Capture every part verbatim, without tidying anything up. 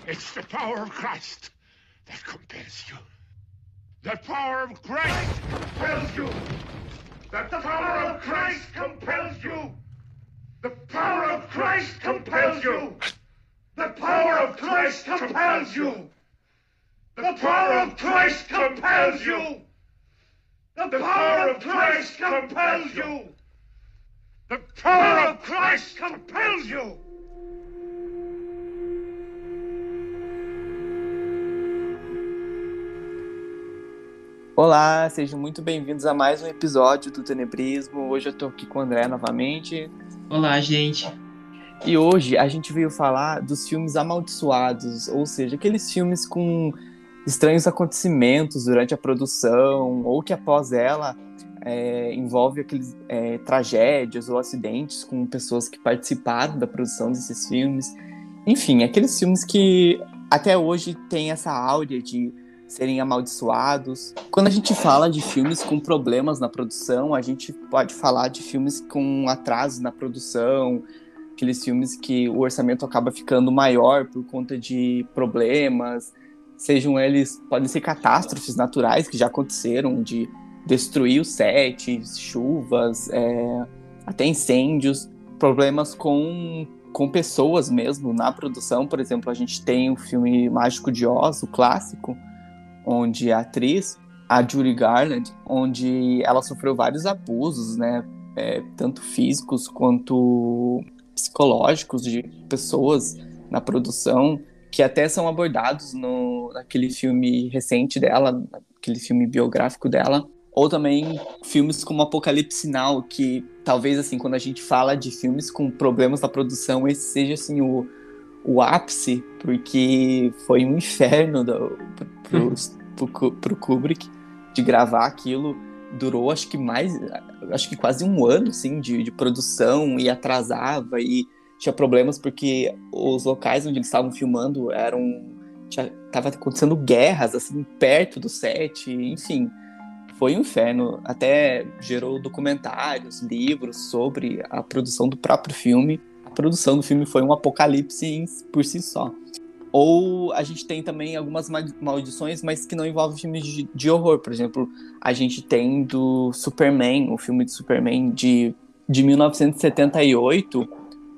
It's the power of Christ that compels you. The power of Christ compels you. The power of Christ compels you. The power of Christ compels you. The power of Christ compels you. The power of Christ compels you. The power of Christ compels you. The power of Christ compels you. Olá, sejam muito bem-vindos a mais um episódio do Tenebrismo. Hoje eu tô aqui com o André novamente. Olá, gente. E hoje a gente veio falar dos filmes amaldiçoados, ou seja, aqueles filmes com estranhos acontecimentos durante a produção, ou que após ela é, envolve aqueles é, tragédias ou acidentes com pessoas que participaram da produção desses filmes. Enfim, aqueles filmes que até hoje têm essa áurea de serem amaldiçoados. Quando a gente fala de filmes com problemas na produção, a gente pode falar de filmes com atrasos na produção, aqueles filmes que o orçamento acaba ficando maior por conta de problemas, sejam eles, podem ser catástrofes naturais que já aconteceram, de destruir o set, chuvas, é, até incêndios, problemas com, com pessoas mesmo na produção. Por exemplo, a gente tem o filme Mágico de Oz, o clássico, onde a atriz, a Judy Garland, onde ela sofreu vários abusos, né, é, tanto físicos quanto psicológicos de pessoas na produção, que até são abordados no, naquele filme recente dela, aquele filme biográfico dela, ou também filmes como Apocalipse Now, que talvez, assim, quando a gente fala de filmes com problemas na produção, esse seja, assim, o o ápice, porque foi um inferno do, pro, pro, pro Kubrick de gravar aquilo. Durou acho que mais, acho que quase um ano assim, de, de produção, e atrasava, e tinha problemas porque os locais onde eles estavam filmando eram, tinha, tava acontecendo guerras assim, perto do set, enfim, foi um inferno. Até gerou documentários, livros sobre a produção do próprio filme. A produção do filme foi um apocalipse por si só. Ou a gente tem também algumas maldições, mas que não envolvem filmes de, de horror. Por exemplo, a gente tem do Superman, o filme de Superman de, de mil novecentos e setenta e oito,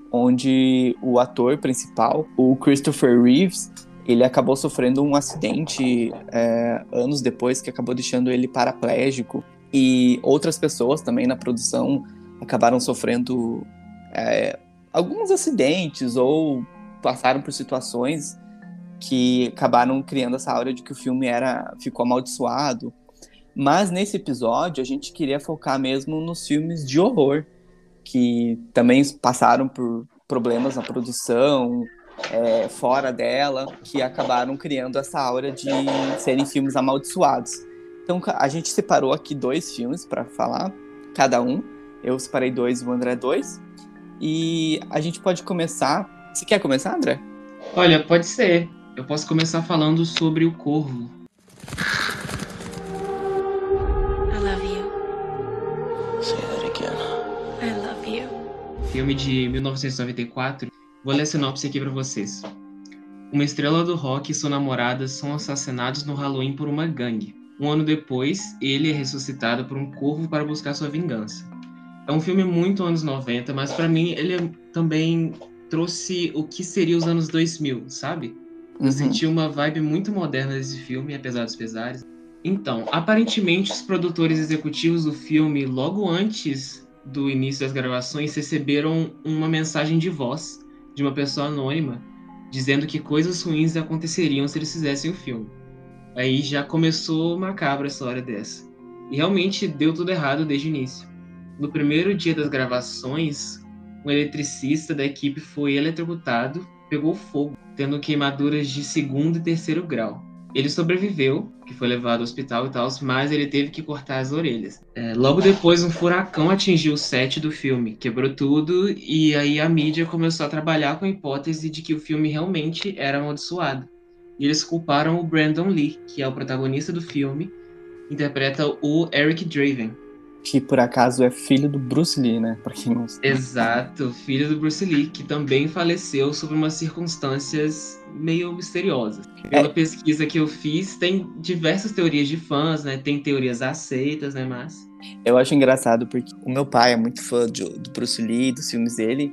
onde o ator principal, o Christopher Reeves, ele acabou sofrendo um acidente é, anos depois, que acabou deixando ele paraplégico. E outras pessoas também na produção acabaram sofrendo É, alguns acidentes ou passaram por situações que acabaram criando essa aura de que o filme era, ficou amaldiçoado. Mas nesse episódio a gente queria focar mesmo nos filmes de horror, que também passaram por problemas na produção, é, fora dela, que acabaram criando essa aura de serem filmes amaldiçoados. Então a gente separou aqui dois filmes para falar, cada um. Eu separei dois e o André dois. E a gente pode começar... Você quer começar, André? Olha, pode ser. Eu posso começar falando sobre O Corvo. I love you. Say that again. I love you. Filme de mil novecentos e noventa e quatro. Vou ler a sinopse aqui pra vocês. Uma estrela do rock e sua namorada são assassinados no Halloween por uma gangue. Um ano depois, ele é ressuscitado por um corvo para buscar sua vingança. É um filme muito anos noventa, mas pra mim ele também trouxe o que seria os anos dois mil, sabe? Eu Uhum. senti uma vibe muito moderna desse filme, apesar dos pesares. Então, aparentemente os produtores executivos do filme, logo antes do início das gravações, receberam uma mensagem de voz de uma pessoa anônima, dizendo que coisas ruins aconteceriam se eles fizessem o filme. Aí já começou macabra essa hora dessa. E realmente deu tudo errado desde o início. No primeiro dia das gravações, um eletricista da equipe foi eletrocutado, pegou fogo, tendo queimaduras de segundo e terceiro grau. Ele sobreviveu, que foi levado ao hospital e tal, mas ele teve que cortar as orelhas. É, logo depois, um furacão atingiu o set do filme, quebrou tudo, e aí a mídia começou a trabalhar com a hipótese de que o filme realmente era amaldiçoado. E eles culparam o Brandon Lee, que é o protagonista do filme, interpreta o Eric Draven. que por acaso é filho do Bruce Lee, né? Pra quem não sabe. Exato, filho do Bruce Lee, que também faleceu sob umas circunstâncias meio misteriosas. Pela É. pesquisa que eu fiz, tem diversas teorias de fãs, né? Tem teorias aceitas, né? Mas Eu acho engraçado porque o meu pai é muito fã de- do Bruce Lee, dos filmes dele,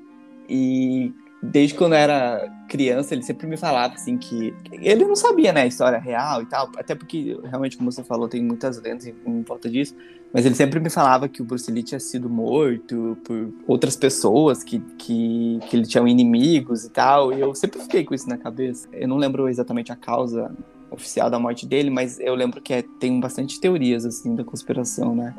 e desde quando eu era criança ele sempre me falava assim que ele não sabia, né, a história real e tal, até porque realmente, como você falou, tem muitas lendas em, em volta disso, mas ele sempre me falava que o Bruce Lee tinha sido morto por outras pessoas, que, que, que ele tinha inimigos e tal, e eu sempre fiquei com isso na cabeça. Eu não lembro exatamente a causa oficial da morte dele, mas eu lembro que é, tem bastante teorias assim da conspiração, né?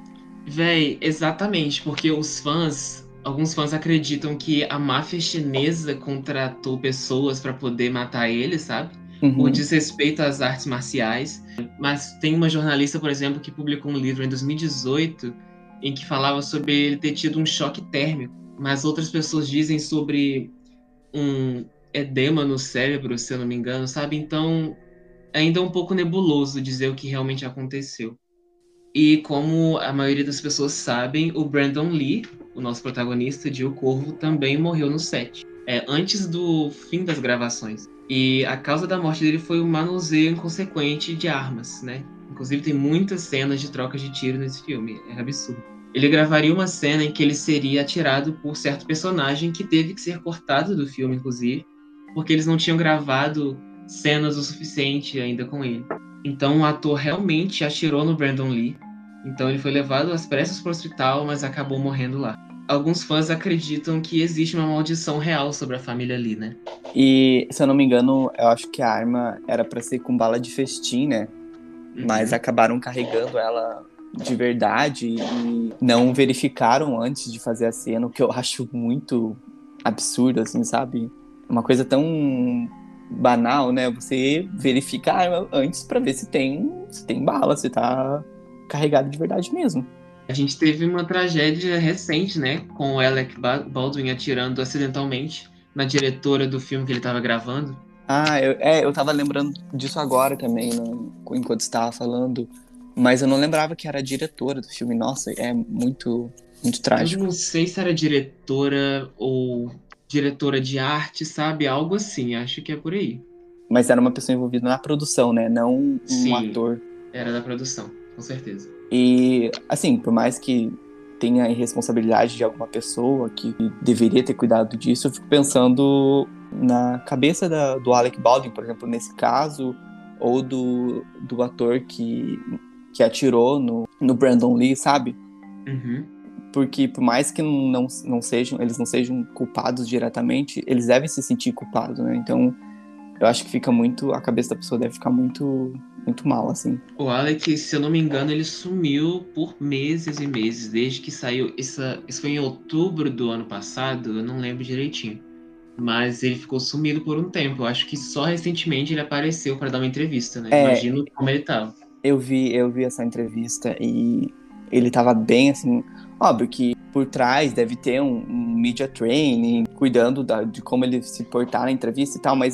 véi, exatamente, porque os fãs, alguns fãs acreditam que a máfia chinesa contratou pessoas pra poder matar ele, sabe? Por Uhum. desrespeito às artes marciais. Mas tem uma jornalista, por exemplo, que publicou um livro em dois mil e dezoito em que falava sobre ele ter tido um choque térmico. Mas outras pessoas dizem sobre um edema no cérebro, se eu não me engano, sabe? Então, ainda é um pouco nebuloso dizer o que realmente aconteceu. E como a maioria das pessoas sabem, o Brandon Lee, o nosso protagonista de O Corvo, também morreu no set, é, antes do fim das gravações. E a causa da morte dele foi o manuseio inconsequente de armas, né? Inclusive tem muitas cenas de troca de tiro nesse filme, é absurdo. Ele gravaria uma cena em que ele seria atirado por certo personagem que teve que ser cortado do filme, inclusive, porque eles não tinham gravado cenas o suficiente ainda com ele. Então o ator realmente atirou no Brandon Lee. Então ele foi levado às pressas para o hospital, mas acabou morrendo lá. Alguns fãs acreditam que existe uma maldição real sobre a família Lee, né? E, se eu não me engano, eu acho que a arma era pra ser com bala de festim, né? Uhum. Mas acabaram carregando ela de verdade e não verificaram antes de fazer a cena, o que eu acho muito absurdo, assim, sabe? Uma coisa tão banal, né? Você verifica a arma antes pra ver se tem, se tem bala, se tá carregado de verdade mesmo. A gente teve uma tragédia recente, né? Com o Alec Baldwin atirando acidentalmente na diretora do filme que ele estava gravando. Ah, eu, é, eu tava lembrando disso agora também, né, enquanto estava falando, mas eu não lembrava que era a diretora do filme. Nossa, é muito, muito Eu trágico. não sei se era diretora ou diretora de arte, sabe? Algo assim, acho que é por aí. Mas era uma pessoa envolvida na produção, né? Não um Sim. ator. Era da produção, com certeza. E, assim, por mais que tenha a irresponsabilidade de alguma pessoa que deveria ter cuidado disso, eu fico pensando na cabeça da, do Alec Baldwin, por exemplo, nesse caso, ou do, do ator que, que atirou no, no Brandon Lee, sabe? Uhum. Porque por mais que não, não sejam, eles não sejam culpados diretamente, eles devem se sentir culpados, né? Então, eu acho que fica muito, a cabeça da pessoa deve ficar muito, muito mal, assim. O Alec, se eu não me engano, ele sumiu por meses e meses, desde que saiu. Essa, isso foi em outubro do ano passado, eu não lembro direitinho. Mas ele ficou sumido por um tempo. Eu acho que só recentemente ele apareceu para dar uma entrevista, né? É. Imagino como ele tava. Eu vi, eu vi essa entrevista e ele tava bem, assim, óbvio que por trás deve ter um, um media training, cuidando da, de como ele se portar na entrevista e tal, mas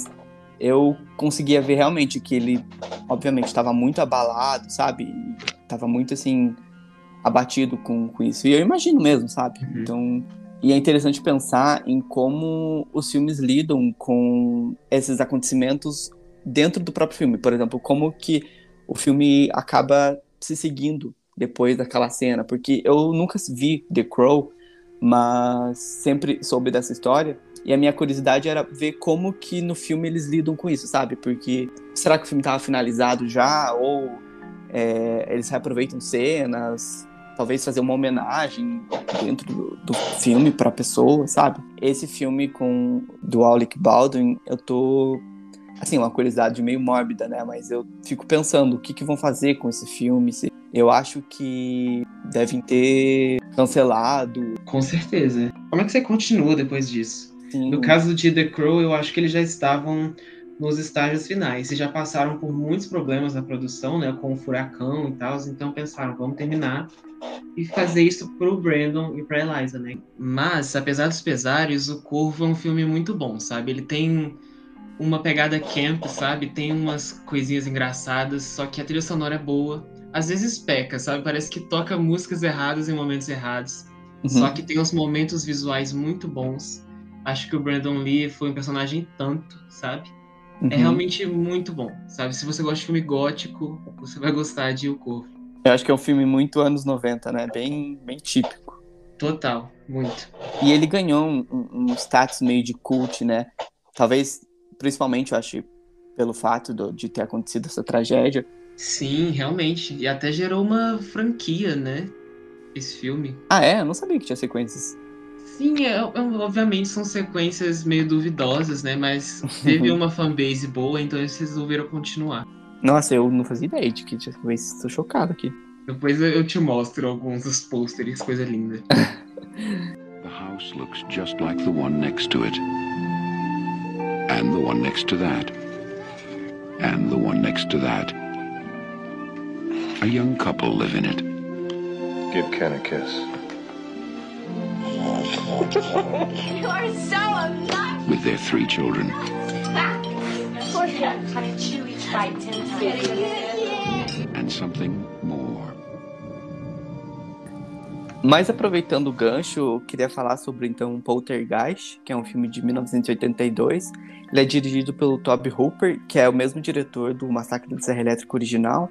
eu conseguia ver realmente que ele, obviamente, estava muito abalado, sabe? Tava muito, assim, abatido com, com isso. E eu imagino mesmo, sabe? Uhum. Então, e é interessante pensar em como os filmes lidam com esses acontecimentos dentro do próprio filme. Por exemplo, como que o filme acaba se seguindo depois daquela cena. Porque eu nunca vi The Crow, mas sempre soube dessa história. E a minha curiosidade era ver como que no filme eles lidam com isso, sabe? Porque será que o filme estava finalizado já? Ou é, eles reaproveitam cenas? Talvez fazer uma homenagem dentro do, do filme pra pessoa, sabe? Esse filme com do Alec Baldwin, eu tô... Assim, uma curiosidade meio mórbida, né? Mas eu fico pensando o que, que vão fazer com esse filme. Eu acho que devem ter cancelado. Com certeza. Como é que você continua depois disso? Sim. No caso de The Crow, eu acho que eles já estavam nos estágios finais. Eles já passaram por muitos problemas na produção, né? Com o furacão e tal. Então pensaram, vamos terminar e fazer isso pro Brandon e pra Eliza, né? Mas, apesar dos pesares, O Corvo é um filme muito bom, sabe? Ele tem uma pegada camp, sabe? Tem umas coisinhas engraçadas, só que a trilha sonora é boa, às vezes peca, sabe? Parece que toca músicas erradas em momentos errados. Uhum. Só que tem uns momentos visuais muito bons. Acho que o Brandon Lee foi um personagem tanto, sabe? Uhum. É realmente muito bom, sabe? Se você gosta de filme gótico, você vai gostar de O Corvo. Eu acho que é um filme muito anos noventa, né? Bem, bem típico. Total, muito. E ele ganhou um, um, um status meio de cult, né? Talvez, principalmente, eu acho, pelo fato do, de ter acontecido essa tragédia. Sim, realmente. E até gerou uma franquia, né? Esse filme. Ah, é? Eu não sabia que tinha sequências. Sim, é, é, obviamente são sequências meio duvidosas, né? Mas teve uma fanbase boa, então eles resolveram continuar. Nossa, eu não fazia ideia de que tinha sequências. Estou chocado aqui. Depois eu te mostro alguns dos pôsteres, coisa linda. The house looks just like the one next to it. And the one next to that. And the one next to that. A young couple live in it. Give Ken a kiss. You are so obnoxious. With their three children. Of course, you have to kind of chew each bite ten times. And something more. Mas aproveitando o gancho, eu queria falar sobre então Poltergeist, que é um filme de mil novecentos e oitenta e dois. Ele é dirigido pelo Tobe Hooper, que é o mesmo diretor do Massacre da Serra Elétrica original,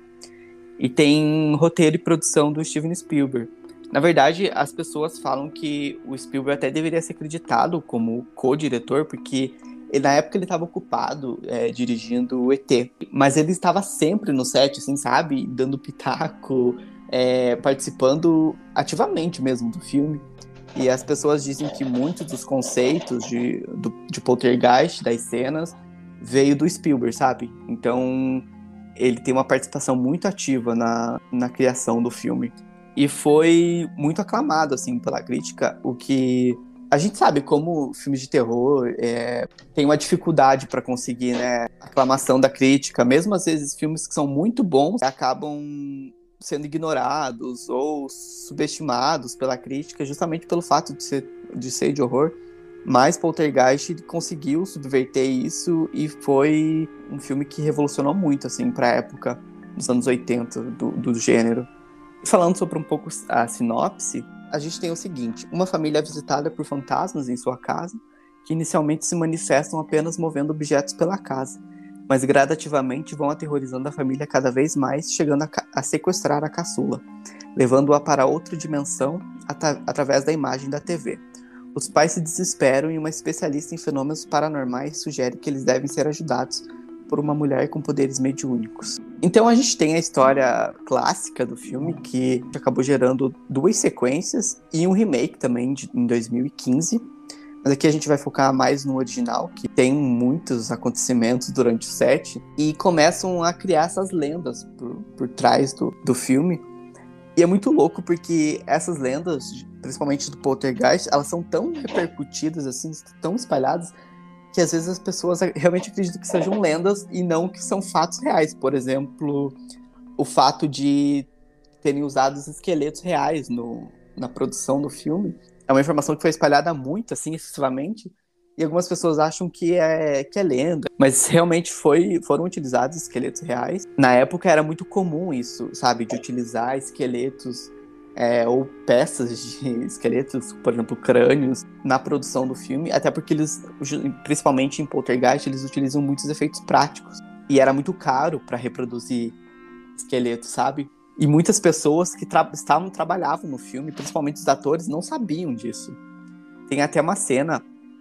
e tem roteiro e produção do Steven Spielberg. Na verdade, as pessoas falam que o Spielberg até deveria ser acreditado como co-diretor, porque ele, na época ele estava ocupado é, dirigindo o E T, mas ele estava sempre no set, assim, sabe? Dando pitaco, é, participando ativamente mesmo do filme. E as pessoas dizem que muitos dos conceitos de, do, de Poltergeist, das cenas, veio do Spielberg, sabe? Então, ele tem uma participação muito ativa na, na criação do filme. E foi muito aclamado, assim, pela crítica, o que... A gente sabe como filmes de terror é, tem uma dificuldade para conseguir, né, aclamação da crítica. Mesmo às vezes filmes que são muito bons acabam sendo ignorados ou subestimados pela crítica justamente pelo fato de ser de, ser de horror. Mas Poltergeist conseguiu subverter isso e foi um filme que revolucionou muito, assim, para a época, nos anos oitenta, do, do gênero. Falando sobre um pouco a sinopse, a gente tem o seguinte: uma família é visitada por fantasmas em sua casa, que inicialmente se manifestam apenas movendo objetos pela casa, mas gradativamente vão aterrorizando a família cada vez mais, chegando a, a sequestrar a caçula, levando-a para outra dimensão at- através da imagem da T V. Os pais se desesperam e uma especialista em fenômenos paranormais sugere que eles devem ser ajudados por uma mulher com poderes mediúnicos. Então a gente tem a história clássica do filme, que acabou gerando duas sequências e um remake também de, em dois mil e quinze. Mas aqui a gente vai focar mais no original, que tem muitos acontecimentos durante o set, e começam a criar essas lendas por, por trás do, do filme. E é muito louco porque essas lendas, principalmente do Poltergeist, elas são tão repercutidas, assim, tão espalhadas, que às vezes as pessoas realmente acreditam que sejam lendas e não que são fatos reais. Por exemplo, o fato de terem usado os esqueletos reais no, na produção do filme é uma informação que foi espalhada muito, assim, excessivamente, e algumas pessoas acham que é, que é lenda, mas realmente foi, foram utilizados esqueletos reais. Na época era muito comum isso, sabe, de utilizar esqueletos é, ou peças de esqueletos, por exemplo, crânios, na produção do filme, até porque eles, principalmente em Poltergeist, eles utilizam muitos efeitos práticos, e era muito caro para reproduzir esqueletos, sabe? E muitas pessoas que tra- estavam, trabalhavam no filme, principalmente os atores, não sabiam disso. Tem até uma cena...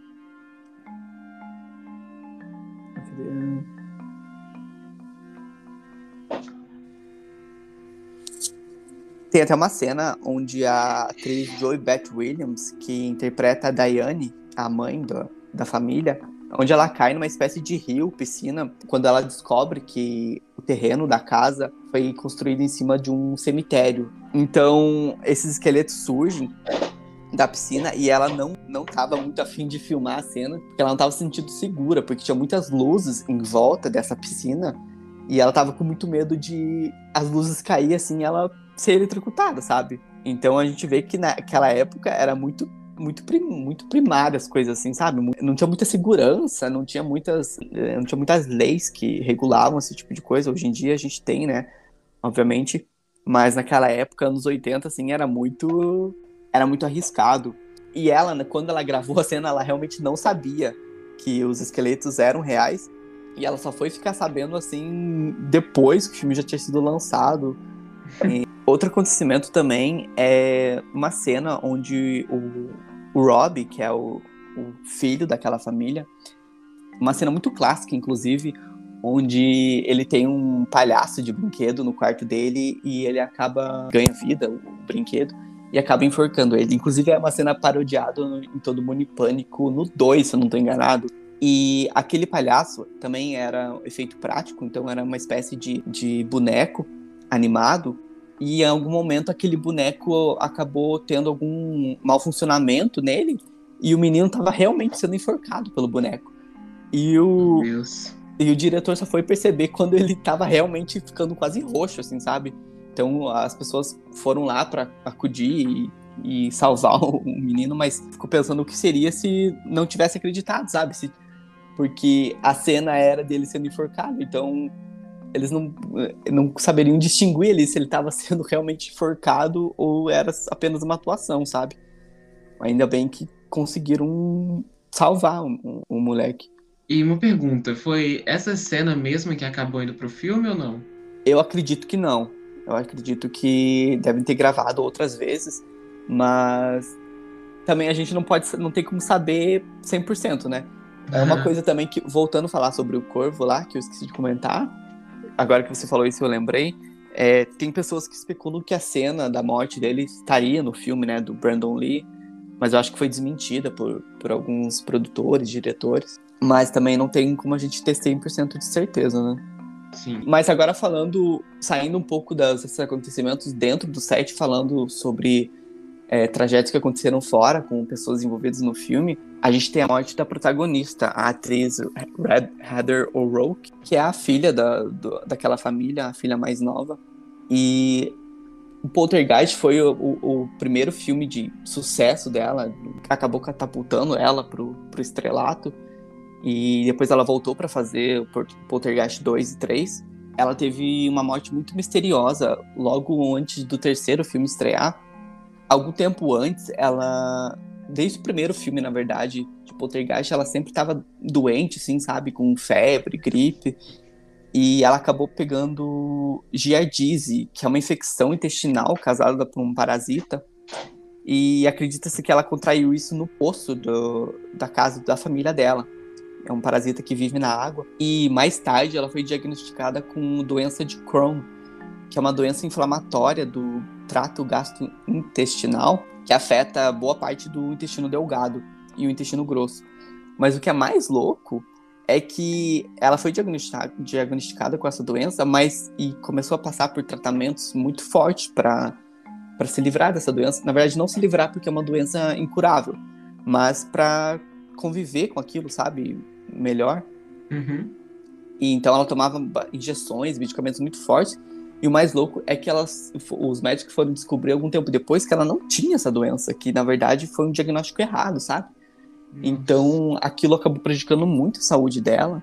Tem até uma cena onde a atriz Joy Beth Williams, que interpreta a Diane, a mãe do, da família, onde ela cai numa espécie de rio, piscina, quando ela descobre que o terreno da casa foi construído em cima de um cemitério. Então, esses esqueletos surgem da piscina e ela não, não tava muito afim de filmar a cena, porque ela não tava se sentindo segura, porque tinha muitas luzes em volta dessa piscina e ela tava com muito medo de as luzes cair assim e ela ser eletrocutada, sabe? Então a gente vê que naquela época era muito muito, prim, muito primária as coisas assim, sabe? Não tinha muita segurança, não tinha muitas, não tinha muitas leis que regulavam esse tipo de coisa. Hoje em dia a gente tem, né? Obviamente. Mas naquela época, anos oitenta, assim, era muito, era muito arriscado. E ela, né, quando ela gravou a cena, ela realmente não sabia que os esqueletos eram reais. E ela só foi ficar sabendo, assim, depois que o filme já tinha sido lançado. E outro acontecimento também é uma cena onde o, o Rob, que é o, o filho daquela família, uma cena muito clássica, inclusive, onde ele tem um palhaço de brinquedo no quarto dele e ele acaba ganha vida, o brinquedo, e acaba enforcando ele. Inclusive é uma cena parodiada em Todo Mundo em Pânico no dois, se eu não estou enganado. E aquele palhaço também era efeito prático, então era uma espécie de, de boneco animado, e em algum momento aquele boneco acabou tendo algum mau funcionamento nele, e o menino estava realmente sendo enforcado pelo boneco. E o, Meu Deus. e o diretor só foi perceber quando ele estava realmente ficando quase roxo, assim, sabe? Então as pessoas foram lá para acudir e, e salvar o menino, mas ficou pensando o que seria se não tivesse acreditado, sabe? Se, porque a cena era dele sendo enforcado, então eles não, não saberiam distinguir ali se ele estava sendo realmente enforcado ou era apenas uma atuação, sabe? Ainda bem que conseguiram salvar o, o, o moleque. E uma pergunta, foi essa cena mesmo que acabou indo pro filme ou não? Eu acredito que não. Eu acredito que devem ter gravado outras vezes, mas também a gente não pode, não tem como saber cem por cento, né? É uma coisa também que, voltando a falar sobre o Corvo lá, que eu esqueci de comentar, agora que você falou isso eu lembrei, é, tem pessoas que especulam que a cena da morte dele estaria no filme, né, do Brandon Lee, mas eu acho que foi desmentida por, por alguns produtores, diretores, mas também não tem como a gente ter cem por cento de certeza, né? Sim. Mas agora falando, saindo um pouco das, desses acontecimentos dentro do set, falando sobre é, tragédias que aconteceram fora, com pessoas envolvidas no filme, a gente tem a morte da protagonista, a atriz Red, Heather O'Rourke, que é a filha da, do, daquela família, a filha mais nova. E o Poltergeist foi o, o, o primeiro filme de sucesso dela, que acabou catapultando ela pro, pro estrelato. E depois ela voltou para fazer o Poltergeist dois e três. Ela teve uma morte muito misteriosa logo antes do terceiro filme estrear. Algum tempo antes, ela... Desde o primeiro filme, na verdade, de Poltergeist, ela sempre estava doente, assim, sabe? Com febre, gripe. E ela acabou pegando giardíase, que é uma infecção intestinal causada por um parasita. E acredita-se que ela contraiu isso no poço do, da casa da família dela. É um parasita que vive na água. E mais tarde ela foi diagnosticada com doença de Crohn, que é uma doença inflamatória do trato gastrointestinal, que afeta boa parte do intestino delgado e o intestino grosso. Mas o que é mais louco é que ela foi diagnosticada, diagnosticada com essa doença, mas e começou a passar por tratamentos muito fortes para para se livrar dessa doença. Na verdade, não se livrar porque é uma doença incurável, mas para conviver com aquilo, sabe? Melhor. Uhum. E então ela tomava injeções, medicamentos muito fortes. E o mais louco é que elas, os médicos foram descobrir algum tempo depois que ela não tinha essa doença, que na verdade foi um diagnóstico errado, sabe? Nossa. Então aquilo acabou prejudicando muito a saúde dela.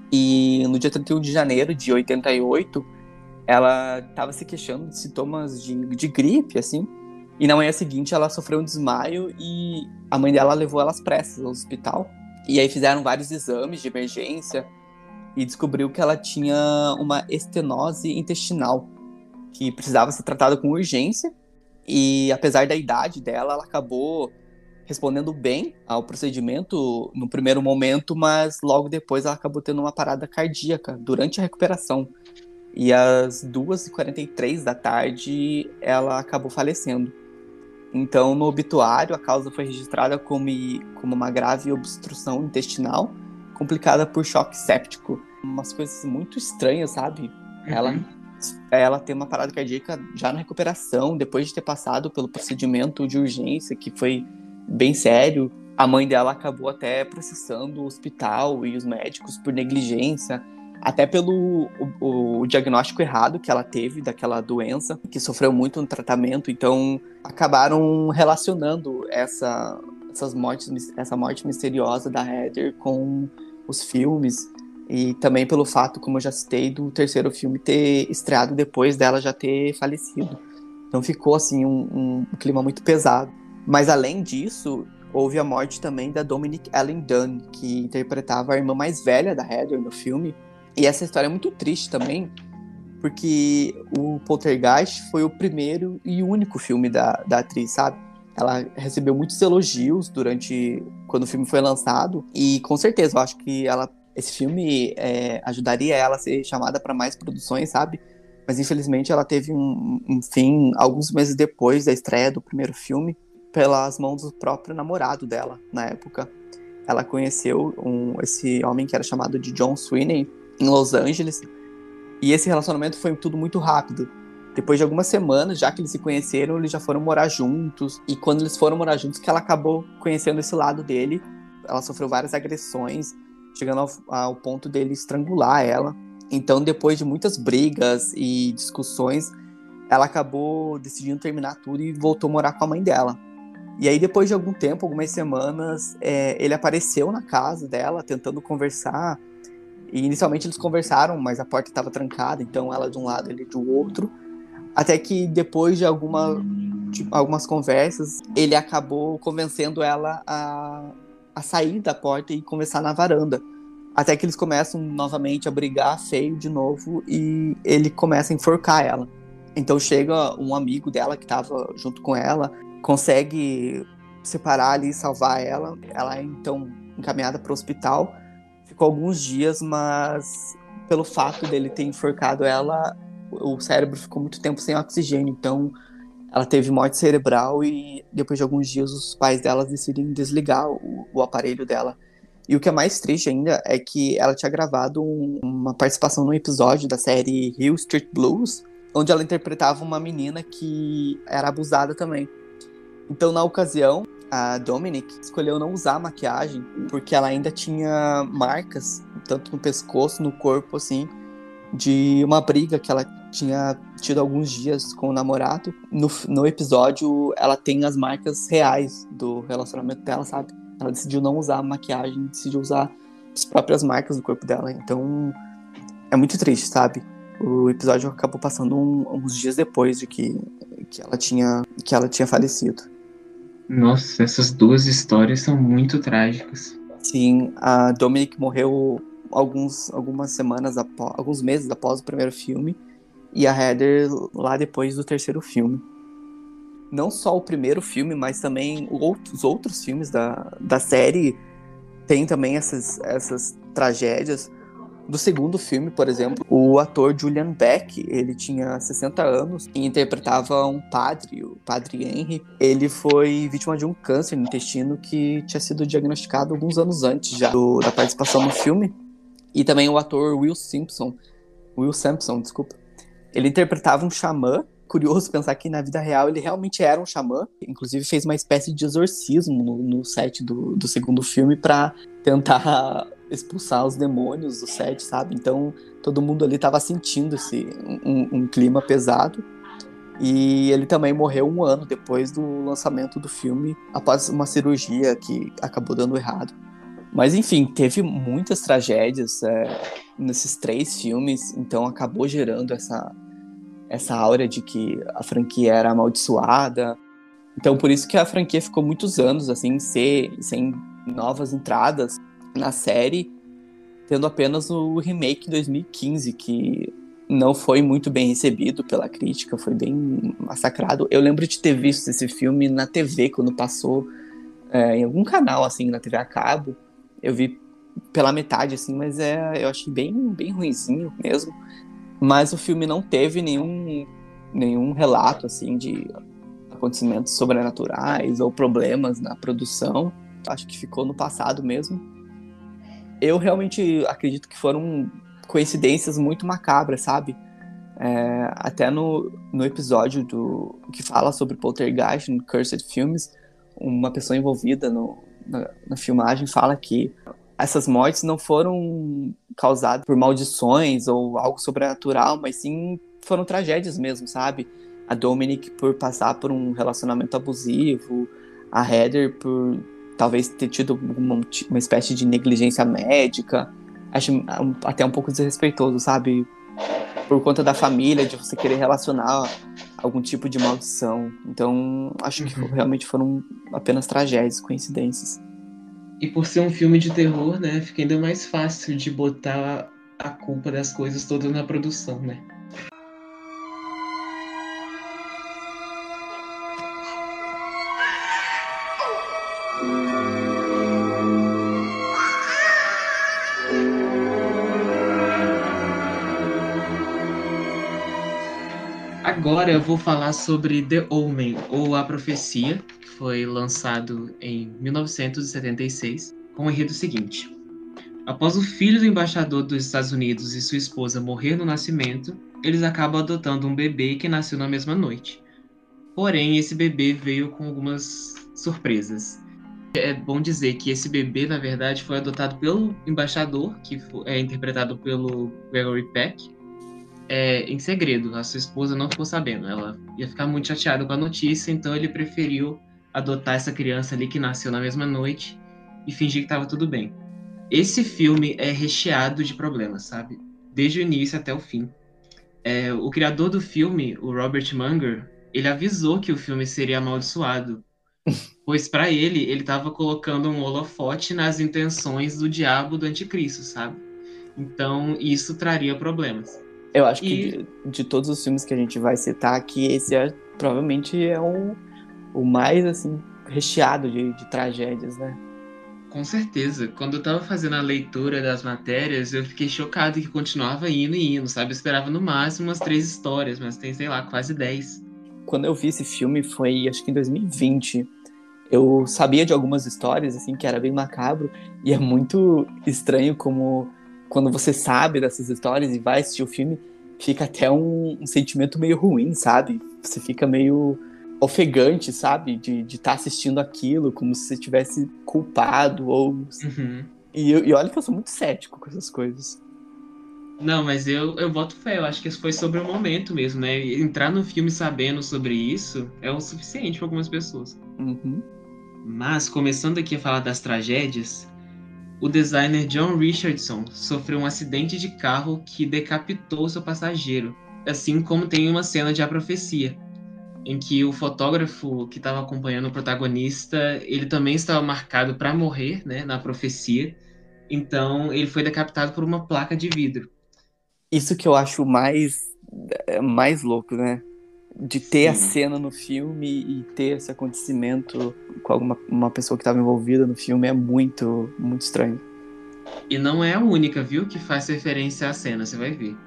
E no dia trinta e um de janeiro de oitenta e oito, ela estava se queixando de sintomas de, de gripe, assim. E na manhã seguinte ela sofreu um desmaio e a mãe dela levou ela às pressas ao hospital. E aí fizeram vários exames de emergência e descobriu que ela tinha uma estenose intestinal, que precisava ser tratada com urgência. E apesar da idade dela, ela acabou respondendo bem ao procedimento no primeiro momento, mas logo depois ela acabou tendo uma parada cardíaca durante a recuperação. E às duas e quarenta e três da tarde ela acabou falecendo. Então, no obituário, a causa foi registrada como, como uma grave obstrução intestinal, complicada por choque séptico. Umas coisas muito estranhas, sabe? Uhum. Ela, ela tem uma parada cardíaca já na recuperação, depois de ter passado pelo procedimento de urgência, que foi bem sério. A mãe dela acabou até processando o hospital e os médicos por negligência, até pelo o, o diagnóstico errado que ela teve daquela doença, que sofreu muito no tratamento. Então acabaram relacionando essa, essas mortes, essa morte misteriosa da Heather com os filmes. E também pelo fato, como eu já citei, do terceiro filme ter estreado depois dela já ter falecido. Então ficou, assim, um, um clima muito pesado. Mas além disso, houve a morte também da Dominique Ellen Dunn, que interpretava a irmã mais velha da Heather no filme. E essa história é muito triste também, porque o Poltergeist foi o primeiro e único filme da, da atriz, sabe? Ela recebeu muitos elogios durante quando o filme foi lançado, e com certeza eu acho que ela, esse filme é, ajudaria ela a ser chamada para mais produções, sabe? Mas infelizmente ela teve um, um fim alguns meses depois da estreia do primeiro filme, pelas mãos do próprio namorado dela na época. Ela conheceu um, esse homem que era chamado de John Sweeney em Los Angeles, e esse relacionamento foi tudo muito rápido. Depois de algumas semanas, já que eles se conheceram, eles já foram morar juntos. E quando eles foram morar juntos, que ela acabou conhecendo esse lado dele. Ela sofreu várias agressões, chegando ao, ao ponto dele estrangular ela. Então, depois de muitas brigas e discussões, ela acabou decidindo terminar tudo e voltou a morar com a mãe dela. E aí, depois de algum tempo, algumas semanas, é, ele apareceu na casa dela, tentando conversar. E inicialmente eles conversaram, mas a porta estava trancada, então ela de um lado, ele do outro. Até que depois de alguma, tipo, algumas conversas, ele acabou convencendo ela a, a sair da porta e conversar na varanda. Até que eles começam novamente a brigar feio de novo e ele começa a enforcar ela. Então chega um amigo dela que estava junto com ela, consegue separar ali e salvar ela. Ela é então encaminhada para o hospital. Ficou alguns dias, mas pelo fato dele ter enforcado ela, o cérebro ficou muito tempo sem oxigênio, então ela teve morte cerebral e depois de alguns dias os pais dela decidiram desligar o, o aparelho dela. E o que é mais triste ainda é que ela tinha gravado um, uma participação num episódio da série Hill Street Blues, onde ela interpretava uma menina que era abusada também. Então, na ocasião, a Dominique escolheu não usar maquiagem porque ela ainda tinha marcas, tanto no pescoço, no corpo, assim, de uma briga que ela tinha tido alguns dias com o namorado. No, no episódio, ela tem as marcas reais do relacionamento dela, sabe? Ela decidiu não usar maquiagem, decidiu usar as próprias marcas do corpo dela. Então, é muito triste, sabe? O episódio acabou passando um, uns dias depois de que, que, ela tinha, que ela tinha falecido. Nossa, essas duas histórias são muito trágicas. Sim, a Dominique morreu alguns, algumas semanas, após, alguns meses após o primeiro filme, e a Heather lá depois do terceiro filme. Não só o primeiro filme, mas também os outros filmes da, da série tem também essas, essas tragédias. Do segundo filme, por exemplo, o ator Julian Beck, ele tinha sessenta anos e interpretava um padre, o padre Henry. Ele foi vítima de um câncer no intestino que tinha sido diagnosticado alguns anos antes já do, da participação no filme. E também o ator Will Simpson, Will Sampson, desculpa. Ele interpretava um xamã. Curioso pensar que na vida real ele realmente era um xamã. Inclusive fez uma espécie de exorcismo no, no set do, do segundo filme para tentar expulsar os demônios do set, sabe? Então todo mundo ali estava sentindo esse, um, um clima pesado. E ele também morreu um ano depois do lançamento do filme, após uma cirurgia que acabou dando errado. Mas enfim, teve muitas tragédias é, nesses três filmes, então acabou gerando essa, essa aura de que a franquia era amaldiçoada. Então por isso que a franquia ficou muitos anos assim, sem, sem novas entradas na série, tendo apenas o remake de dois mil e quinze, que não foi muito bem recebido pela crítica, foi bem massacrado. Eu lembro de ter visto esse filme na T V, quando passou é, em algum canal, assim, na T V a cabo. Eu vi pela metade, assim, mas é, eu achei bem, bem ruinzinho mesmo. Mas o filme não teve nenhum, nenhum relato, assim, de acontecimentos sobrenaturais ou problemas na produção. Acho que ficou no passado mesmo. Eu realmente acredito que foram coincidências muito macabras, sabe? É, até no, no episódio do, que fala sobre Poltergeist, no Cursed Films, uma pessoa envolvida no, na, na filmagem fala que essas mortes não foram causadas por maldições ou algo sobrenatural, mas sim foram tragédias mesmo, sabe? A Dominique por passar por um relacionamento abusivo, a Heather por talvez ter tido uma, uma espécie de negligência médica, acho um- até um pouco desrespeitoso, sabe? Por conta da família, de você querer relacionar algum tipo de maldição. Então, acho que Uhum. realmente foram apenas tragédias, coincidências. E por ser um filme de terror, né, fica ainda mais fácil de botar a culpa das coisas todas na produção, né? Agora eu vou falar sobre The Omen, ou A Profecia, que foi lançado em mil novecentos e setenta e seis, com o enredo seguinte. Após o filho do embaixador dos Estados Unidos e sua esposa morrer no nascimento, eles acabam adotando um bebê que nasceu na mesma noite. Porém, esse bebê veio com algumas surpresas. É bom dizer que esse bebê, na verdade, foi adotado pelo embaixador, que fo- é interpretado pelo Gregory Peck, é, em segredo. A sua esposa não ficou sabendo. Ela ia ficar muito chateada com a notícia, então ele preferiu adotar essa criança ali que nasceu na mesma noite e fingir que estava tudo bem. Esse filme é recheado de problemas, sabe? Desde o início até o fim. É, o criador do filme, o Robert Munger, ele avisou que o filme seria amaldiçoado, pois para ele, ele estava colocando um holofote nas intenções do diabo do anticristo, sabe? Então, isso traria problemas. Eu acho que E de, de todos os filmes que a gente vai citar aqui, esse é, provavelmente é o, o mais, assim, recheado de, de tragédias, né? com certeza, quando eu tava fazendo a leitura das matérias, eu fiquei chocado que continuava indo e indo, sabe? Eu esperava no máximo umas três histórias, mas tem, sei lá, quase dez. Quando eu vi esse filme foi, acho que em dois mil e vinte. Eu sabia de algumas histórias, assim, que era bem macabro. E é muito estranho como, quando você sabe dessas histórias e vai assistir o filme, fica até um, um sentimento meio ruim, sabe? Você fica meio ofegante, sabe? De estar assistindo aquilo, como se você tivesse culpado. Ou... Uhum. E, eu- e olha que eu sou muito cético com essas coisas. Não, mas eu, eu boto fé, eu acho que isso foi sobre o momento mesmo, né? E entrar no filme sabendo sobre isso é o suficiente para algumas pessoas. Uhum. Mas, começando aqui a falar das tragédias, o designer John Richardson sofreu um acidente de carro que decapitou seu passageiro, assim como tem uma cena de A Profecia, em que o fotógrafo que estava acompanhando o protagonista, ele também estava marcado para morrer, né, na profecia, então ele foi decapitado por uma placa de vidro. Isso que eu acho mais, é, mais louco, né? De ter a Sim. cena no filme e ter esse acontecimento com alguma uma pessoa que estava envolvida no filme é muito, muito estranho. E não é a única, viu, que faz referência à cena, você vai ver.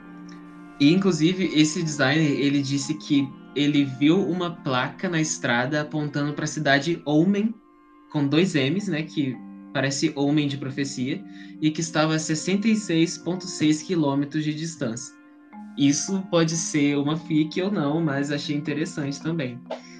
E, inclusive, esse designer, ele disse que ele viu uma placa na estrada apontando para a cidade Omen, com dois M's, né, que parece Omen de profecia, e que estava a sessenta e seis vírgula seis quilômetros de distância. Isso pode ser uma fic ou não, mas achei interessante também.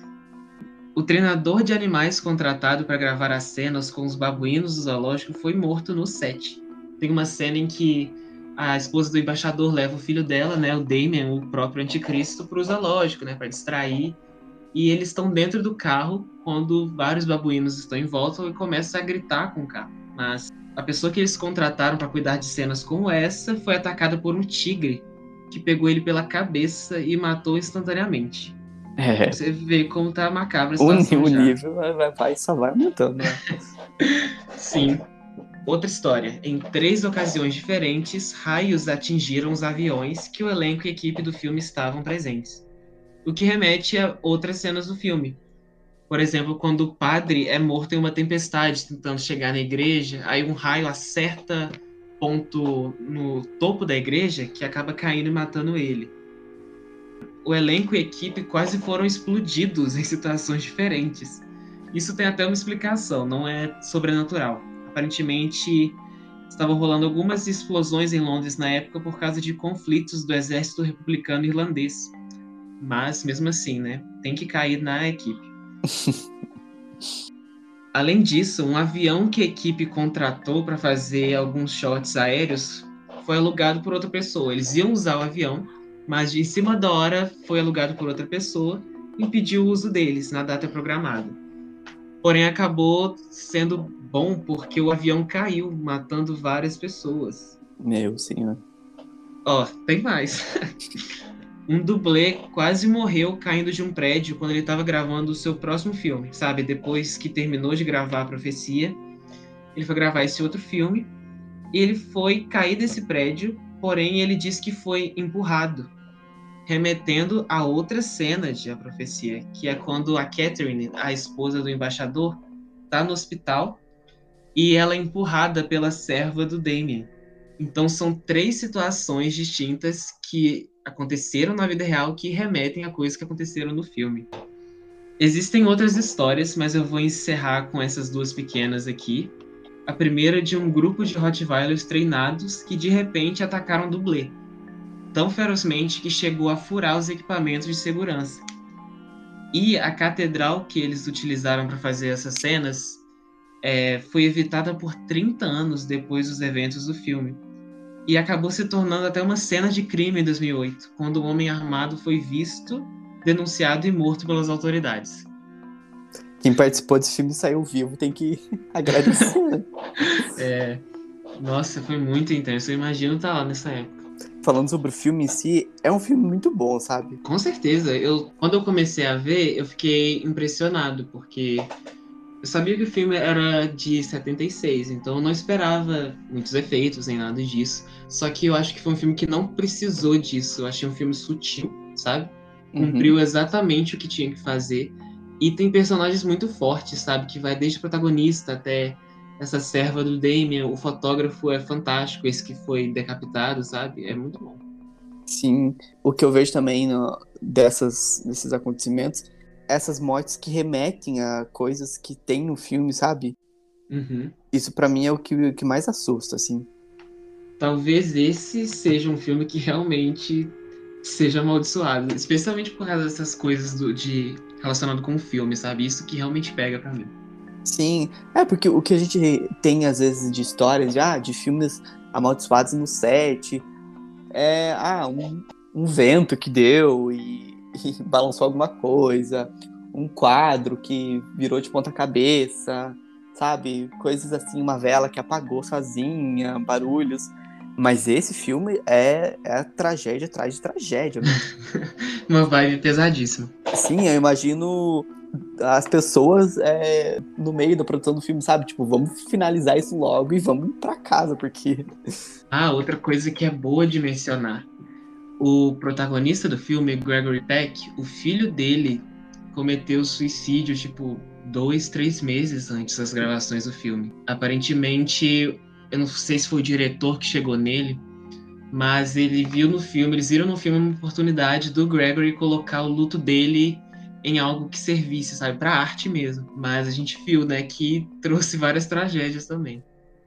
O treinador de animais contratado para gravar as cenas com os babuínos do zoológico foi morto no set. Tem uma cena em que a esposa do embaixador leva o filho dela, né, o Damien, o próprio anticristo, para o zoológico, né, para distrair. E eles estão dentro do carro quando vários babuínos estão em volta e começam a gritar com o carro. Mas a pessoa que eles contrataram para cuidar de cenas como essa foi atacada por um tigre que pegou ele pela cabeça e matou instantaneamente. É, Você vê como tá macabra a o, situação o já. nível vai, vai, só vai aumentando, né? Sim. Outra história. Em três ocasiões diferentes, raios atingiram os aviões que o elenco e equipe do filme estavam presentes. O que remete a outras cenas do filme. Por exemplo, quando o padre é morto em uma tempestade tentando chegar na igreja, aí um raio acerta ponto no topo da igreja que acaba caindo e matando ele. O elenco e equipe quase foram explodidos em situações diferentes. Isso tem até uma explicação, não é sobrenatural. Aparentemente, estavam rolando algumas explosões em Londres na época por causa de conflitos do exército republicano irlandês. Mas, mesmo assim, né, tem que cair na equipe. Além disso, um avião que a equipe contratou para fazer alguns shots aéreos foi alugado por outra pessoa. Eles iam usar o avião, mas em cima da hora foi alugado por outra pessoa e impediu o uso deles na data programada. Porém, acabou sendo bom porque o avião caiu, matando várias pessoas. Meu senhor. Ó, tem mais. Um dublê quase morreu caindo de um prédio quando ele estava gravando o seu próximo filme, sabe? Depois que terminou de gravar A Profecia, ele foi gravar esse outro filme e ele foi cair desse prédio, porém ele disse que foi empurrado, remetendo a outra cena de A Profecia, que é quando a Catherine, a esposa do embaixador, tá no hospital e ela é empurrada pela serva do Damien. Então são três situações distintas que aconteceram na vida real que remetem a coisas que aconteceram no filme. Existem outras histórias, mas eu vou encerrar com essas duas pequenas aqui. A primeira é de um grupo de Rottweilers treinados que de repente atacaram um dublê, tão ferozmente que chegou a furar os equipamentos de segurança. E a catedral que eles utilizaram para fazer essas cenas é, foi evitada por trinta anos depois dos eventos do filme. E acabou se tornando até uma cena de crime em dois mil e oito, quando um homem armado foi visto, denunciado e morto pelas autoridades. Quem participou desse filme e saiu vivo tem que agradecer. É, nossa, foi muito intenso. Eu imagino estar lá nessa época. Falando sobre o filme em si, é um filme muito bom, sabe? Com certeza. Eu, quando eu comecei a ver, eu fiquei impressionado, porque eu sabia que o filme era de setenta e seis, então eu não esperava muitos efeitos nem nada disso. Só que eu acho que foi um filme que não precisou disso. Eu achei um filme sutil, sabe? Cumpriu uhum. exatamente o que tinha que fazer. E tem personagens muito fortes, sabe? Que vai desde o protagonista até essa serva do Damien. O fotógrafo é fantástico, esse que foi decapitado, sabe? É muito bom. Sim. O que eu vejo também no, dessas, desses acontecimentos, essas mortes que remetem a coisas que tem no filme, sabe? Uhum. Isso pra mim é o que, o que mais assusta, assim. Talvez esse seja um filme que realmente seja amaldiçoado, especialmente por causa dessas coisas do, de relacionado com o filme, sabe? Isso que realmente pega pra mim. Sim, é porque o que a gente tem às vezes de histórias, ah, de filmes amaldiçoados no set, é ah, um, um vento que deu e, e balançou alguma coisa, um quadro que virou de ponta cabeça, sabe? Coisas assim, uma vela que apagou sozinha, barulhos. Mas esse filme é, é tragédia atrás de tragédia. Uma vibe pesadíssima. Sim, eu imagino as pessoas é, no meio da produção do filme, sabe? Tipo, vamos finalizar isso logo e vamos pra casa, porque... Ah, outra coisa que é boa de mencionar. O protagonista do filme, Gregory Peck, o filho dele cometeu suicídio, tipo, dois, três meses antes das gravações do filme. Aparentemente... Eu não sei se foi o diretor que chegou nele, mas ele viu no filme, eles viram no filme uma oportunidade do Gregory colocar o luto dele em algo que servisse, sabe, pra arte mesmo. Mas a gente viu, né, que trouxe várias tragédias também.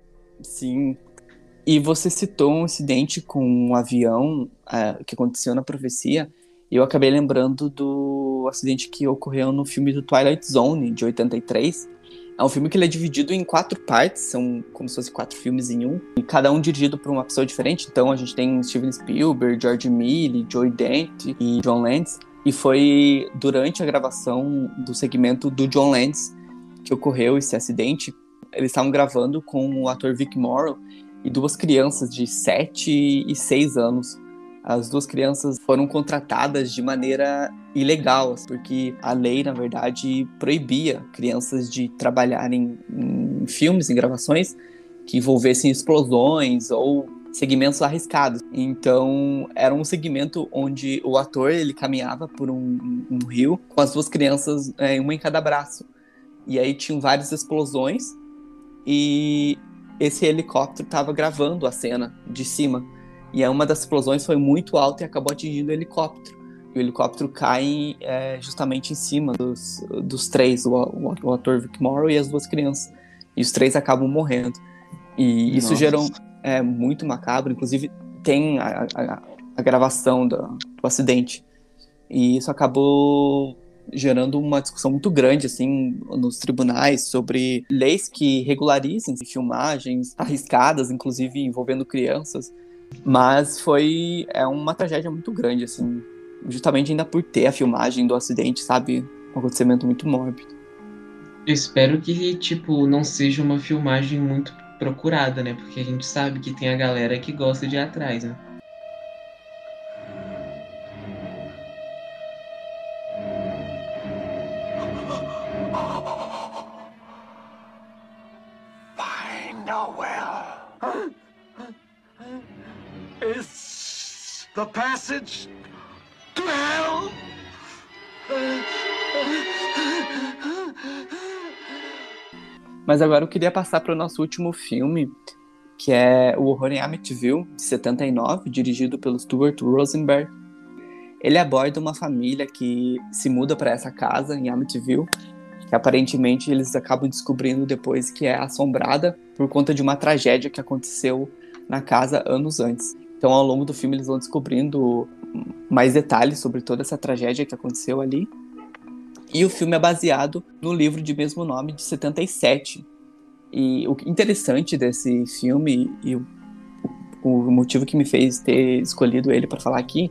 Sim. E você citou um incidente com um avião é, que aconteceu na Profecia, e eu acabei lembrando do acidente que ocorreu no filme do Twilight Zone, de oitenta e três. É um filme que ele é dividido em quatro partes, são como se fossem quatro filmes em um, e cada um dirigido por uma pessoa diferente. Então a gente tem Steven Spielberg, George Mille, Joe Dante e John Landis. E foi durante a gravação do segmento do John Landis que ocorreu esse acidente. Eles estavam gravando com o ator Vic Morrow e duas crianças de sete e seis anos. As duas crianças foram contratadas de maneira ilegal, porque a lei, na verdade, proibia crianças de trabalharem em filmes, em gravações, que envolvessem explosões ou segmentos arriscados. Então, era um segmento onde o ator ele caminhava por um, um rio com as duas crianças, é, uma em cada braço. E aí tinham várias explosões e esse helicóptero estava gravando a cena de cima. E aí uma das explosões foi muito alta e acabou atingindo o helicóptero. E o helicóptero cai é, justamente em cima dos, dos três, o, o, o ator Vic Morrow e as duas crianças. E os três acabam morrendo. E Nossa. Isso gerou é, muito macabro. Inclusive tem a, a, a gravação do, do acidente. E isso acabou gerando uma discussão muito grande assim, nos tribunais sobre leis que regularizem filmagens arriscadas, inclusive envolvendo crianças. Mas foi é uma tragédia muito grande, assim, justamente ainda por ter a filmagem do acidente, sabe? Um acontecimento muito mórbido. Eu espero que, tipo, não seja uma filmagem muito procurada, né? Porque a gente sabe que tem a galera que gosta de ir atrás, né? Find a well. It's the passage to hell. Mas agora eu queria passar para o nosso último filme, que é O Horror em Amityville, de setenta e nove, dirigido pelo Stuart Rosenberg. Ele aborda uma família que se muda para essa casa em Amityville, que aparentemente eles acabam descobrindo depois que é assombrada por conta de uma tragédia que aconteceu na casa anos antes. Então, ao longo do filme, eles vão descobrindo mais detalhes sobre toda essa tragédia que aconteceu ali. E o filme é baseado no livro de mesmo nome, de setenta e sete. E o interessante desse filme, e o, o motivo que me fez ter escolhido ele para falar aqui,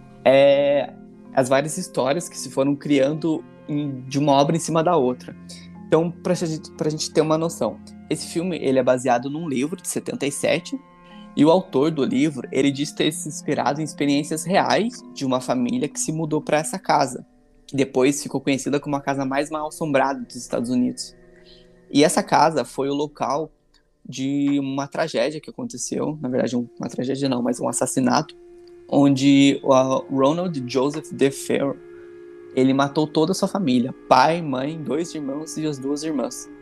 é as várias histórias que se foram criando em, de uma obra em cima da outra. Então, para a gente ter uma noção, esse filme ele é baseado num livro de setenta e sete, e o autor do livro, ele diz ter se inspirado em experiências reais de uma família que se mudou para essa casa, que depois ficou conhecida como a casa mais mal assombrada dos Estados Unidos. E essa casa foi o local de uma tragédia que aconteceu, na verdade uma tragédia não, mas um assassinato, onde o Ronald Joseph DeFeo, ele matou toda a sua família, pai, mãe, dois irmãos e as duas irmãs.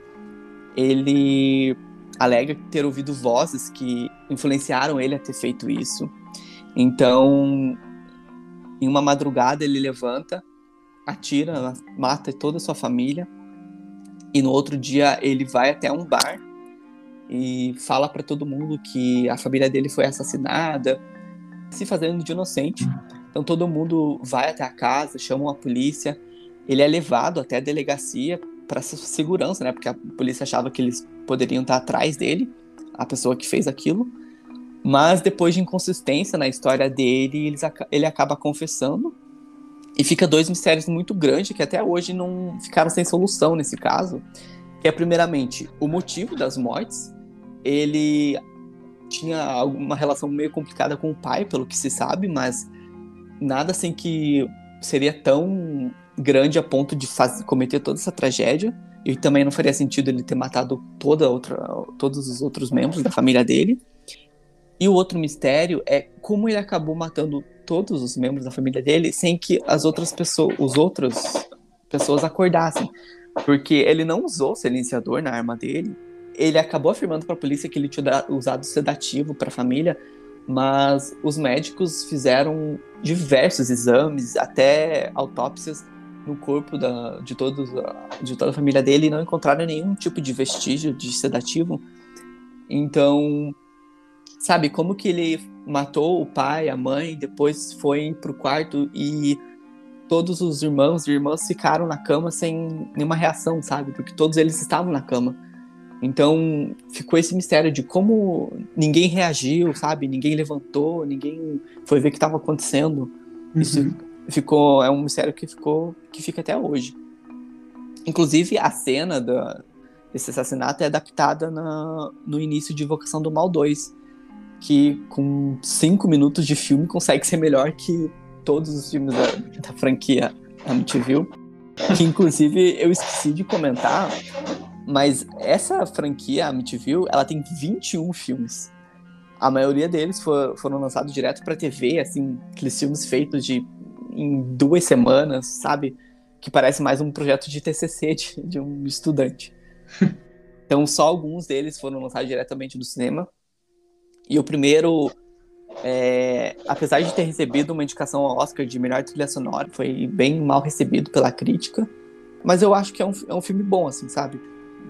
Ele alega ter ouvido vozes que influenciaram ele a ter feito isso. Então, em uma madrugada ele levanta, atira, mata toda a sua família, e no outro dia ele vai até um bar e fala para todo mundo que a família dele foi assassinada, se fazendo de inocente. Então todo mundo vai até a casa, chamam a polícia, ele é levado até a delegacia para segurança, né? Porque a polícia achava que eles poderiam estar atrás dele, a pessoa que fez aquilo. Mas depois de inconsistência na história dele, eles, ele acaba confessando. E fica dois mistérios muito grandes que até hoje não ficaram sem solução nesse caso. Que é, primeiramente, o motivo das mortes. Ele tinha uma relação meio complicada com o pai, pelo que se sabe, mas nada assim que seria tão grande a ponto de fazer, cometer toda essa tragédia. E também não faria sentido ele ter matado toda outra, todos os outros membros da família dele. E o outro mistério é como ele acabou matando todos os membros da família dele sem que as outras pessoas, os outras pessoas acordassem. Porque ele não usou silenciador na arma dele. Ele acabou afirmando para a polícia que ele tinha usado sedativo para a família, mas os médicos fizeram diversos exames, até autópsias no corpo da, de, todos, de toda a família dele, e não encontraram nenhum tipo de vestígio de sedativo. Então, sabe, como que ele matou o pai, a mãe, depois foi pro quarto e todos os irmãos e irmãs ficaram na cama sem nenhuma reação, sabe? Porque todos eles estavam na cama. Então, ficou esse mistério de como ninguém reagiu, sabe? Ninguém levantou, ninguém foi ver o que estava acontecendo. Uhum. Isso ficou, é um mistério que ficou, que fica até hoje. Inclusive, a cena da, desse assassinato é adaptada na, no início de Invocação do Mal dois, que com cinco minutos de filme consegue ser melhor que todos os filmes da, da franquia Amityville. Que, inclusive, eu esqueci de comentar, mas essa franquia Amityville, ela tem vinte e um filmes. A maioria deles for, foram lançados direto pra T V, assim, aqueles filmes feitos de, em duas semanas, sabe? Que parece mais um projeto de T C C de, de um estudante. Então, só alguns deles foram lançados diretamente do cinema. E o primeiro, é, apesar de ter recebido uma indicação ao Oscar de melhor trilha sonora, foi bem mal recebido pela crítica. Mas eu acho que é um, é um filme bom, assim, sabe?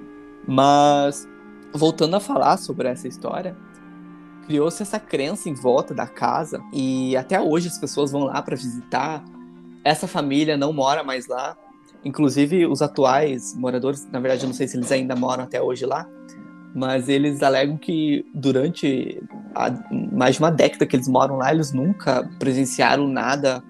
Mas, voltando a falar sobre essa história, criou-se essa crença em volta da casa, e até hoje as pessoas vão lá para visitar. Essa família não mora mais lá, inclusive os atuais moradores, na verdade eu não sei se eles ainda moram até hoje lá, mas eles alegam que durante a, mais de uma década que eles moram lá, eles nunca presenciaram nada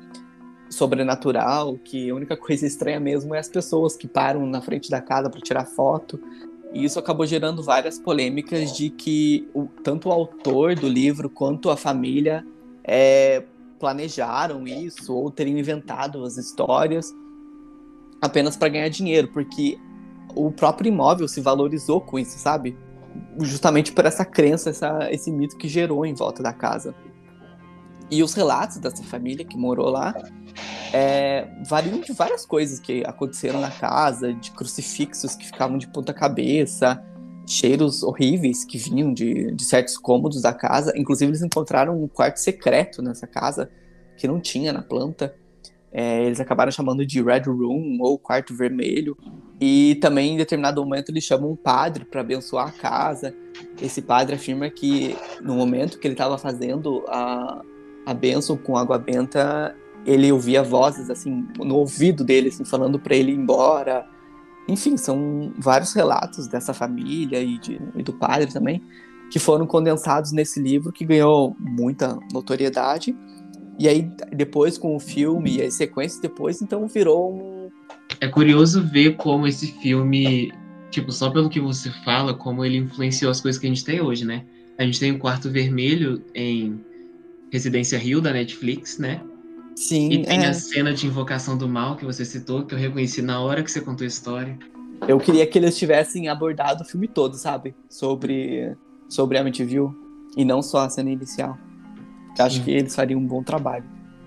sobrenatural, que a única coisa estranha mesmo é as pessoas que param na frente da casa para tirar foto. E isso acabou gerando várias polêmicas de que o, tanto o autor do livro quanto a família é, planejaram isso ou teriam inventado as histórias apenas para ganhar dinheiro, porque o próprio imóvel se valorizou com isso, sabe? Justamente por essa crença, essa, esse mito que gerou em volta da casa. E os relatos dessa família que morou lá é, variam de várias coisas que aconteceram na casa, de crucifixos que ficavam de ponta cabeça, cheiros horríveis que vinham de, de certos cômodos da casa. Inclusive, eles encontraram um quarto secreto nessa casa que não tinha na planta. É, eles acabaram chamando de Red Room ou Quarto Vermelho. E também, em determinado momento, eles chamam um padre para abençoar a casa. Esse padre afirma que, no momento que ele estava fazendo a, a bênção com água benta, ele ouvia vozes assim no ouvido dele, assim, falando para ele ir embora. Enfim, são vários relatos dessa família e, de, e do padre também, que foram condensados nesse livro, que ganhou muita notoriedade. E aí, depois, com o filme e as sequências depois, então virou um... É curioso ver como esse filme, tipo, só pelo que você fala, como ele influenciou as coisas que a gente tem hoje, né? A gente tem o Quarto Vermelho em Residência Hill, da Netflix, né? Sim, e tem é. a cena de Invocação do Mal, que você citou, que eu reconheci na hora que você contou a história. Eu queria que eles tivessem abordado o filme todo, sabe? Sobre, sobre Amityville, e não só a cena inicial. Eu acho que eles fariam um bom trabalho.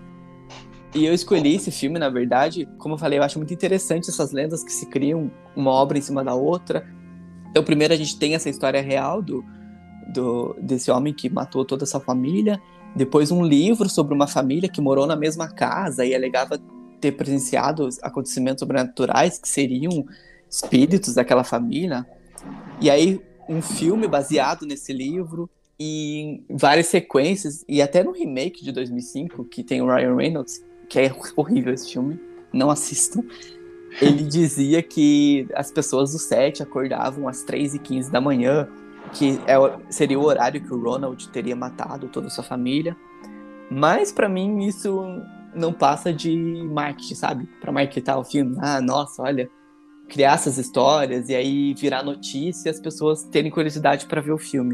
E eu escolhi esse filme, na verdade, como eu falei, eu acho muito interessante essas lendas que se criam uma obra em cima da outra. Então, primeiro a gente tem essa história real do, do, desse homem que matou toda essa família. Depois um livro sobre uma família que morou na mesma casa e alegava ter presenciado acontecimentos sobrenaturais que seriam espíritos daquela família. E aí um filme baseado nesse livro e várias sequências, e até no remake de dois mil e cinco, que tem o Ryan Reynolds, que é horrível esse filme, não assistam. Ele dizia que as pessoas do set acordavam às três e quinze da manhã, que é, seria o horário que o Ronald teria matado toda a sua família. Mas pra mim isso não passa de marketing, sabe? Pra marketar o filme. Ah, nossa, olha, criar essas histórias e aí virar notícia e as pessoas terem curiosidade pra ver o filme.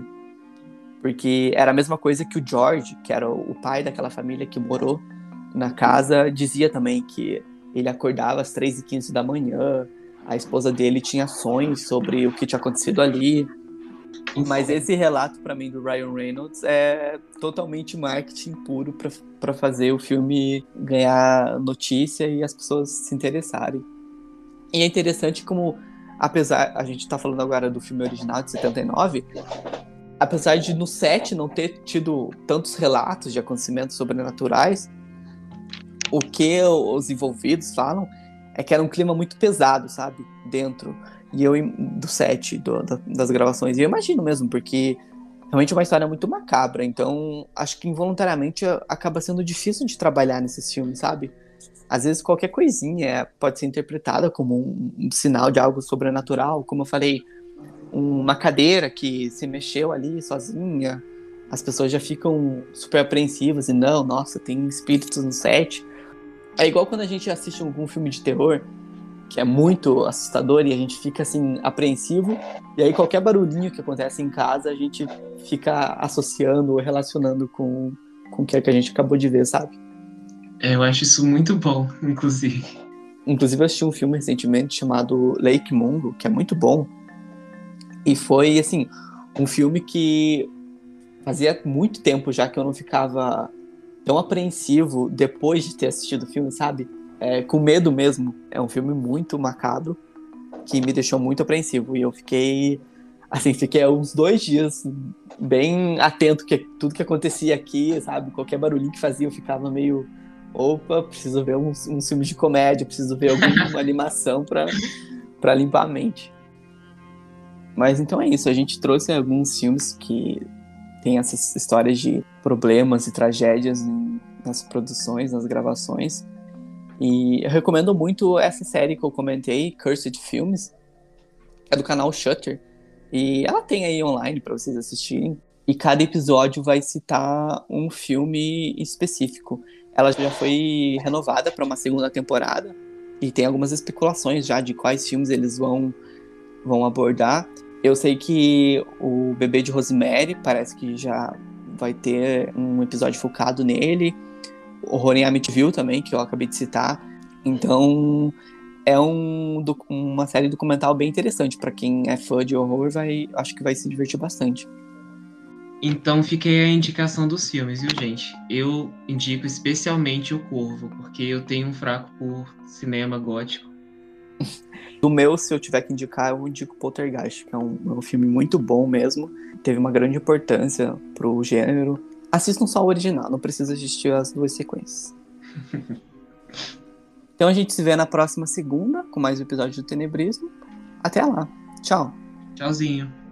Porque era a mesma coisa que o George, que era o pai daquela família que morou na casa, dizia também que ele acordava às três e quinze da manhã, a esposa dele tinha sonhos sobre o que tinha acontecido ali. Mas esse relato, pra mim, do Ryan Reynolds é totalmente marketing puro pra, pra fazer o filme ganhar notícia e as pessoas se interessarem. E é interessante como, apesar, a gente tá falando agora do filme original de setenta e nove, apesar de no set não ter tido tantos relatos de acontecimentos sobrenaturais, o que os envolvidos falam é que era um clima muito pesado, sabe? Dentro e eu, do set, do, da, das gravações. E eu imagino mesmo, porque realmente é uma história muito macabra. Então, acho que involuntariamente acaba sendo difícil de trabalhar nesses filmes, sabe? Às vezes qualquer coisinha pode ser interpretada como um, um sinal de algo sobrenatural. Como eu falei, uma cadeira que se mexeu ali sozinha, as pessoas já ficam super apreensivas e não, nossa, tem espíritos no set. É igual quando a gente assiste algum filme de terror que é muito assustador e a gente fica assim apreensivo, e aí qualquer barulhinho que acontece em casa a gente fica associando ou relacionando com, com o que, é que a gente acabou de ver, sabe? É, eu acho isso muito bom, inclusive. Inclusive eu assisti um filme recentemente chamado Lake Mungo, que é muito bom. E foi, assim, um filme que fazia muito tempo já que eu não ficava tão apreensivo depois de ter assistido o filme, sabe? É, com medo mesmo. É um filme muito macabro que me deixou muito apreensivo. E eu fiquei, assim, fiquei uns dois dias bem atento que tudo que acontecia aqui, sabe? Qualquer barulhinho que fazia eu ficava meio... Opa, preciso ver um, um filme de comédia, preciso ver alguma animação pra, pra limpar a mente. Mas então é isso, a gente trouxe alguns filmes que tem essas histórias de problemas e tragédias em, nas produções, nas gravações. E eu recomendo muito essa série que eu comentei, Cursed Films, é do canal Shudder. E ela tem aí online para vocês assistirem. E cada episódio vai citar um filme específico. Ela já foi renovada para uma segunda temporada. E tem algumas especulações já de quais filmes eles vão vão abordar. Eu sei que o Bebê de Rosemary parece que já vai ter um episódio focado nele. O Horror em Amityville também, que eu acabei de citar. Então, é um, uma série documental bem interessante. Para quem é fã de horror, vai, acho que vai se divertir bastante. Então fica aí a indicação dos filmes, viu, gente? Eu indico especialmente O Corvo, porque eu tenho um fraco por cinema gótico. Do meu, se eu tiver que indicar, eu indico Poltergeist, que é um, é um filme muito bom mesmo. Teve uma grande importância pro gênero. Assistam só o original, não precisa assistir as duas sequências. Então a gente se vê na próxima segunda, com mais um episódio do Tenebrismo. Até lá. Tchau. Tchauzinho.